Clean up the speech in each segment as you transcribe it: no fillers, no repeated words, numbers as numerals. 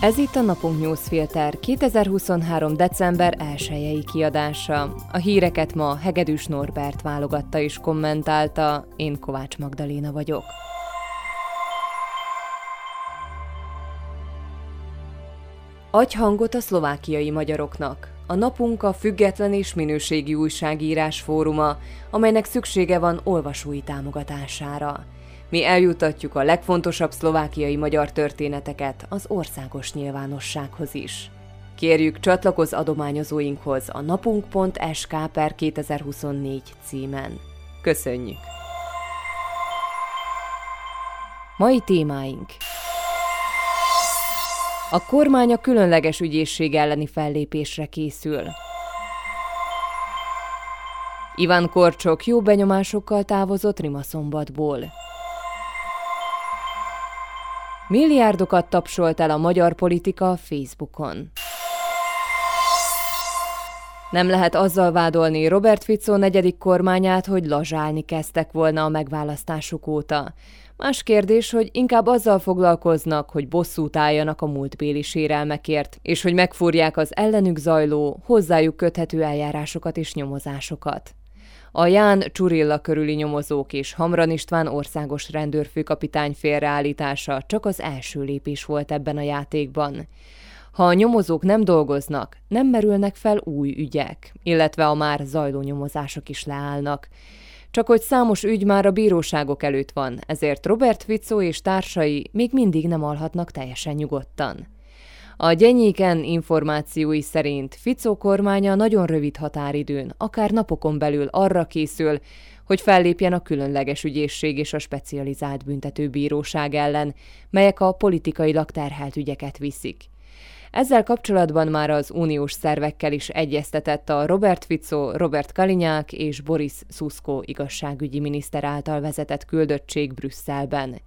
Ez itt a Napunk Newsfilter 2023. december 1-i kiadása. A híreket ma Hegedűs Norbert válogatta és kommentálta, én Kovács Magdaléna vagyok. Adj hangot a szlovákiai magyaroknak. A Napunk a független és minőségi újságírás fóruma, amelynek szüksége van olvasói támogatására. Mi eljuttatjuk a legfontosabb szlovákiai magyar történeteket az országos nyilvánossághoz is. Kérjük, csatlakozz adományozóinkhoz a napunk.sk/2024 címen. Köszönjük! Mai témáink: a kormány a különleges ügyészség elleni fellépésre készül. Iván Korcsok jó benyomásokkal távozott Rimaszombatból. Milliárdokat tapsolt el a magyar politika Facebookon. Nem lehet azzal vádolni Robert Fico negyedik kormányát, hogy lazsálni kezdtek volna a megválasztásuk óta. Más kérdés, hogy inkább azzal foglalkoznak, hogy bosszút álljanak a múltbéli sérelmekért, és hogy megfúrják az ellenük zajló, hozzájuk köthető eljárásokat és nyomozásokat. A Ján Csurilla körüli nyomozók és Hamran István országos rendőrfőkapitány félreállítása csak az első lépés volt ebben a játékban. Ha a nyomozók nem dolgoznak, nem merülnek fel új ügyek, illetve a már zajló nyomozások is leállnak. Csak hogy számos ügy már a bíróságok előtt van, ezért Robert Fico és társai még mindig nem alhatnak teljesen nyugodtan. A Gyenyik-N információi szerint Fico kormánya nagyon rövid határidőn, akár napokon belül arra készül, hogy fellépjen a különleges ügyészség és a specializált büntetőbíróság ellen, melyek a politikailag terhelt ügyeket viszik. Ezzel kapcsolatban már az uniós szervekkel is egyeztetett a Robert Fico, Robert Kalinyák és Boris Szuszko igazságügyi miniszter által vezetett küldöttség Brüsszelben.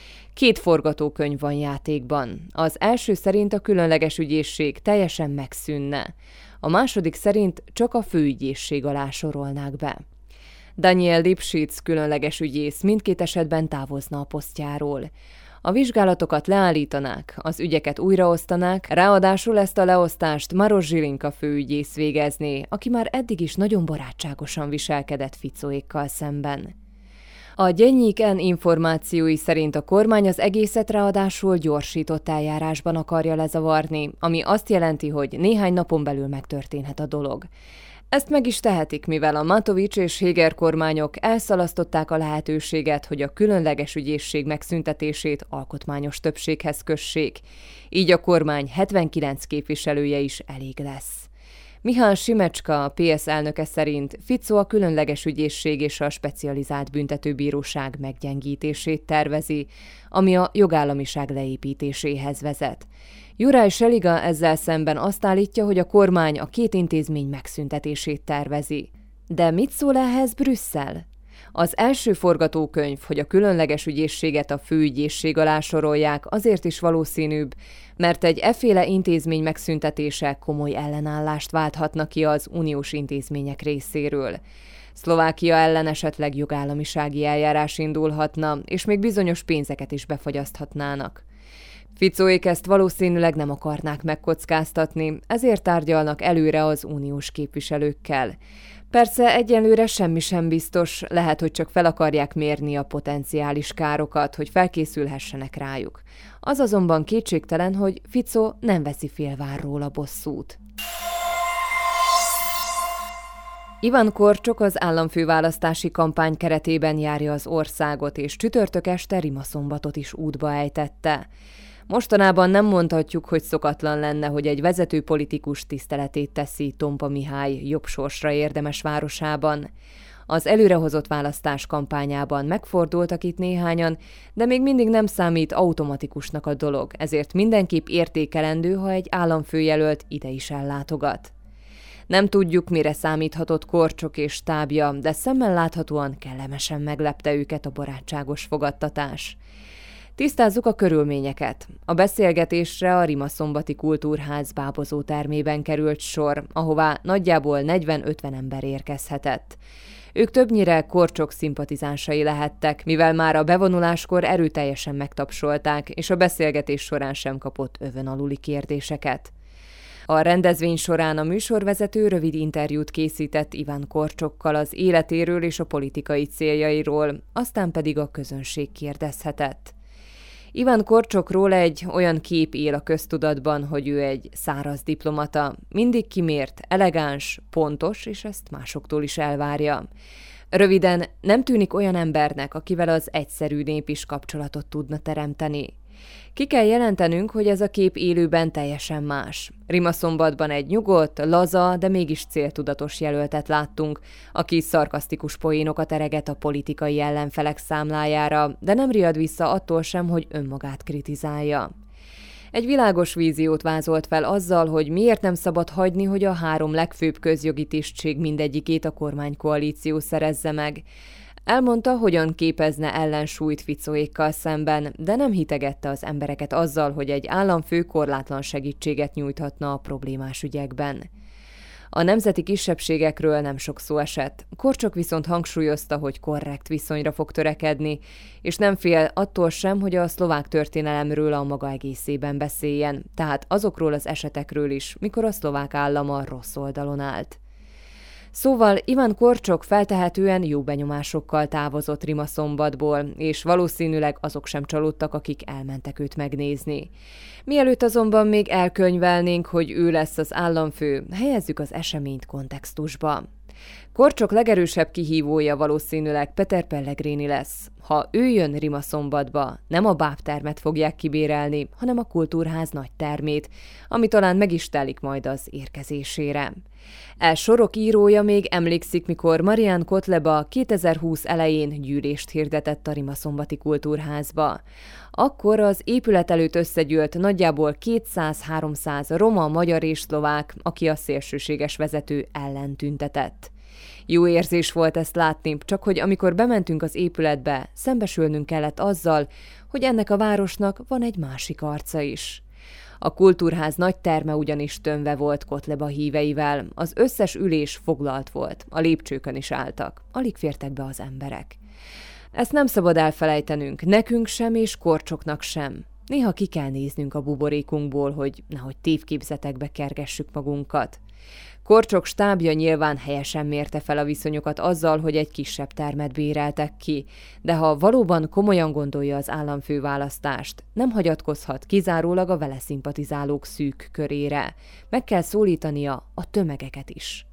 2 forgatókönyv van játékban. Az első szerint a különleges ügyészség teljesen megszűnne. A második szerint csak a főügyészség alá sorolnák be. Daniel Lipschitz különleges ügyész mindkét esetben távozna a posztjáról. A vizsgálatokat leállítanák, az ügyeket újraosztanák, ráadásul ezt a leosztást Maros Zsilinka főügyész végezné, aki már eddig is nagyon barátságosan viselkedett Ficoékkal szemben. A Gyenyik-N információi szerint a kormány az egészet ráadásul gyorsított eljárásban akarja lezavarni, ami azt jelenti, hogy néhány napon belül megtörténhet a dolog. Ezt meg is tehetik, mivel a Matovics és Heger kormányok elszalasztották a lehetőséget, hogy a különleges ügyészség megszüntetését alkotmányos többséghez kössék, így a kormány 79 képviselője is elég lesz. Mihály Simecska, a PS elnöke szerint Fico a különleges ügyészség és a specializált büntetőbíróság meggyengítését tervezi, ami a jogállamiság leépítéséhez vezet. Juraj Seliga ezzel szemben azt állítja, hogy a kormány a 2 intézmény megszüntetését tervezi. De mit szól ehhez Brüsszel? Az első forgatókönyv, hogy a különleges ügyészséget a főügyészség alá sorolják, azért is valószínűbb, mert egy efféle intézmény megszüntetése komoly ellenállást válthatna ki az uniós intézmények részéről. Szlovákia ellen esetleg jogállamisági eljárás indulhatna, és még bizonyos pénzeket is befagyaszthatnának. Ficóék ezt valószínűleg nem akarnák megkockáztatni, ezért tárgyalnak előre az uniós képviselőkkel. Persze egyelőre semmi sem biztos, lehet, hogy csak fel akarják mérni a potenciális károkat, hogy felkészülhessenek rájuk. Az azonban kétségtelen, hogy Fico nem veszi félvárról a bosszút. Iván Korcsok az államfőválasztási kampány keretében járja az országot, és csütörtök este Rimaszombatot is útba ejtette. Mostanában nem mondhatjuk, hogy szokatlan lenne, hogy egy vezető politikus tiszteletét teszi Tompa Mihály jobb sorsra érdemes városában. Az előrehozott választás kampányában megfordultak itt néhányan, de még mindig nem számít automatikusnak a dolog, ezért mindenképp értékelendő, ha egy államfőjelölt ide is ellátogat. Nem tudjuk, mire számíthatott Korcsok és stábja, de szemmel láthatóan kellemesen meglepte őket a barátságos fogadtatás. Tisztázzuk a körülményeket. A beszélgetésre a Rimaszombati Kultúrház bábozó termében került sor, ahová nagyjából 40-50 ember érkezhetett. Ők többnyire Korcsok szimpatizánsai lehettek, mivel már a bevonuláskor erőteljesen megtapsolták, és a beszélgetés során sem kapott övön aluli kérdéseket. A rendezvény során a műsorvezető rövid interjút készített Iván Korcsokkal az életéről és a politikai céljairól, aztán pedig a közönség kérdezhetett. Iván Korcsokról egy olyan kép él a köztudatban, hogy ő egy száraz diplomata, mindig kimért, elegáns, pontos, és ezt másoktól is elvárja. Röviden, nem tűnik olyan embernek, akivel az egyszerű nép is kapcsolatot tudna teremteni. Ki kell jelentenünk, hogy ez a kép élőben teljesen más. Rimaszombatban egy nyugodt, laza, de mégis céltudatos jelöltet láttunk, aki szarkasztikus poénokat ereget a politikai ellenfelek számlájára, de nem riad vissza attól sem, hogy önmagát kritizálja. Egy világos víziót vázolt fel azzal, hogy miért nem szabad hagyni, hogy a 3 legfőbb közjogi tisztség mindegyikét a kormánykoalíció szerezze meg. Elmondta, hogyan képezne ellensúlyt Ficóékkal szemben, de nem hitegette az embereket azzal, hogy egy államfő korlátlan segítséget nyújthatna a problémás ügyekben. A nemzeti kisebbségekről nem sok szó esett. Korcsok viszont hangsúlyozta, hogy korrekt viszonyra fog törekedni, és nem fél attól sem, hogy a szlovák történelemről a maga egészében beszéljen, tehát azokról az esetekről is, mikor a szlovák állam a rossz oldalon állt. Szóval Iván Korcsok feltehetően jó benyomásokkal távozott Rimaszombatból, és valószínűleg azok sem csalódtak, akik elmentek őt megnézni. Mielőtt azonban még elkönyvelnénk, hogy ő lesz az államfő, helyezzük az eseményt kontextusba. Korcsok legerősebb kihívója valószínűleg Peter Pellegrini lesz. Ha ő jön Rimaszombatba, nem a bábtermet fogják kibérelni, hanem a Kultúrház nagy termét, ami talán meg is telik majd az érkezésére. Sorok írója még emlékszik, mikor Marian Kotleba 2020 elején gyűlést hirdetett a Rimaszombati Kultúrházba. Akkor az épület előtt összegyűlt nagyjából 200-300 roma, magyar és szlovák, aki a szélsőséges vezető ellen tüntetett. Jó érzés volt ezt látni, csak hogy amikor bementünk az épületbe, szembesülnünk kellett azzal, hogy ennek a városnak van egy másik arca is. A Kultúrház nagy terme ugyanis tömve volt Kotleba híveivel, az összes ülés foglalt volt, a lépcsőkön is álltak, alig fértek be az emberek. Ezt nem szabad elfelejtenünk, nekünk sem és Korcsoknak sem. Néha ki kell néznünk a buborékunkból, hogy nehogy tévképzetekbe kergessük magunkat. Korcsok stábja nyilván helyesen mérte fel a viszonyokat azzal, hogy egy kisebb termet béreltek ki, de ha valóban komolyan gondolja az államfőválasztást, nem hagyatkozhat kizárólag a vele szimpatizálók szűk körére. Meg kell szólítania a tömegeket is.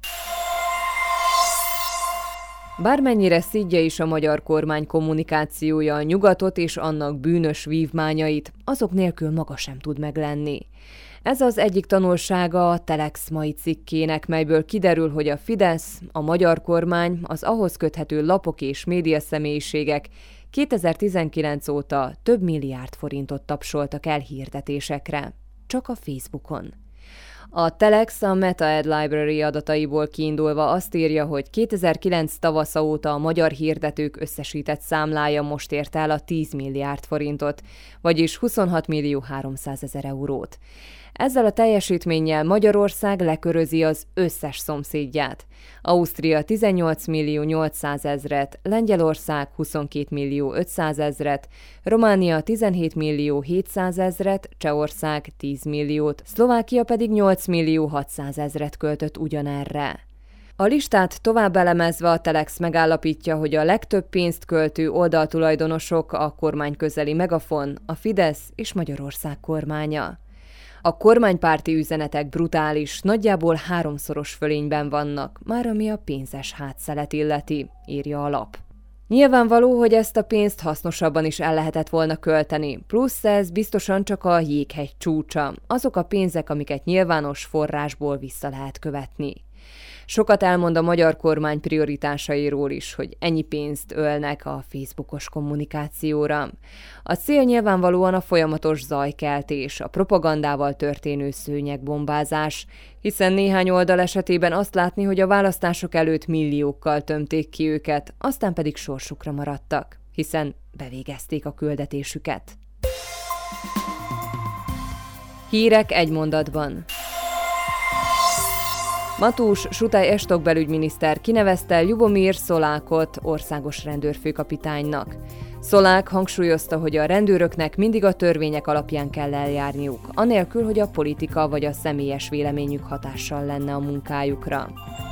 Bármennyire szidja is a magyar kormány kommunikációja a nyugatot és annak bűnös vívmányait, azok nélkül maga sem tud meglenni. Ez az egyik tanulsága a Telex mai cikkének, melyből kiderül, hogy a Fidesz, a magyar kormány, az ahhoz köthető lapok és médiaszemélyiségek 2019 óta több milliárd forintot tapsoltak el hirdetésekre, csak a Facebookon. A Telex a Meta Ad Library adataiból kiindulva azt írja, hogy 2009 tavasza óta a magyar hirdetők összesített számlája most ért el a 10 milliárd forintot, vagyis 26 millió 300 000 eurót. Ezzel a teljesítménnyel Magyarország lekörözi az összes szomszédját. Ausztria 18 millió 800 000, Lengyelország 22 millió 500 000, Románia 17 millió 700 000, Csehország 10 milliót, Szlovákia pedig 8 millió 600 000 költött ugyanerre. A listát tovább elemezve a Telex megállapítja, hogy a legtöbb pénzt költő oldaltulajdonosok a kormányközeli Megafon, a Fidesz és Magyarország kormánya. A kormánypárti üzenetek brutális, nagyjából 3-szoros fölényben vannak, már ami a pénzes hátszelet illeti, írja a lap. Nyilvánvaló, hogy ezt a pénzt hasznosabban is el lehetett volna költeni, plusz ez biztosan csak a jéghegy csúcsa, azok a pénzek, amiket nyilvános forrásból vissza lehet követni. Sokat elmond a magyar kormány prioritásairól is, hogy ennyi pénzt ölnek a Facebookos kommunikációra. A cél nyilvánvalóan a folyamatos zajkeltés, a propagandával történő szőnyegbombázás, hiszen néhány oldal esetében azt látni, hogy a választások előtt milliókkal tömték ki őket, aztán pedig sorsukra maradtak, hiszen bevégezték a küldetésüket. Hírek egy mondatban. Matús Sutaj estok belügyminiszter kinevezte Ljubomír Szolákot országos rendőrfőkapitánynak. Szolák hangsúlyozta, hogy a rendőröknek mindig a törvények alapján kell eljárniuk, anélkül, hogy a politika vagy a személyes véleményük hatással lenne a munkájukra.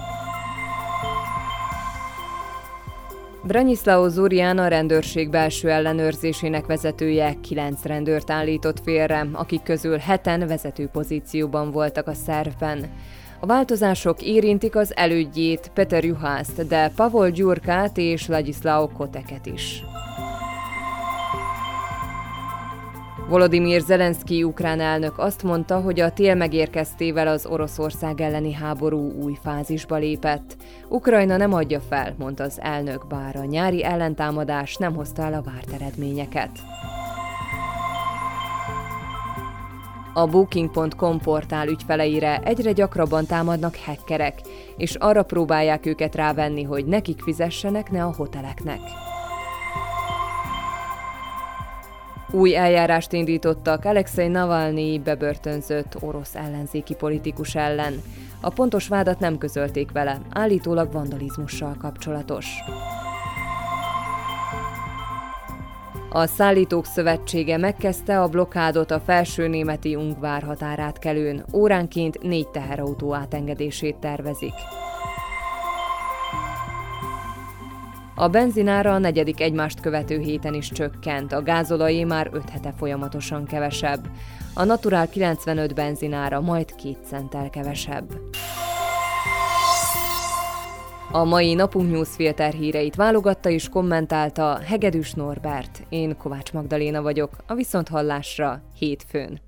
Branislav Zurian, a rendőrség belső ellenőrzésének vezetője 9 rendőrt állított félre, akik közül 7-en vezető pozícióban voltak a szervben. A változások érintik az elődjét, Peter Juhászt, de Pavol Gyurkát és Ladislav Koteket is. Volodymyr Zelenszkij ukrán elnök azt mondta, hogy a tél megérkeztével az Oroszország elleni háború új fázisba lépett. Ukrajna nem adja fel, mondta az elnök, bár a nyári ellentámadás nem hozta el a várt eredményeket. A Booking.com portál ügyfeleire egyre gyakrabban támadnak hackerek, és arra próbálják őket rávenni, hogy nekik fizessenek, ne a hoteleknek. Új eljárást indítottak Alexej Navalnyi bebörtönzött orosz ellenzéki politikus ellen. A pontos vádat nem közölték vele, állítólag vandalizmussal kapcsolatos. A Szállítók Szövetsége megkezdte a blokkádot a felsőnémeti Ungvár határátkelőn, óránként 4 teherautó átengedését tervezik. A benzinára a 4. egymást követő héten is csökkent, a gázolajé már 5 hete folyamatosan kevesebb. A Natural 95 benzinára majd 2 centtel kevesebb. A mai Napunk Newsfilter híreit válogatta és kommentálta Hegedűs Norbert. Én Kovács Magdaléna vagyok, a viszonthallásra hétfőn.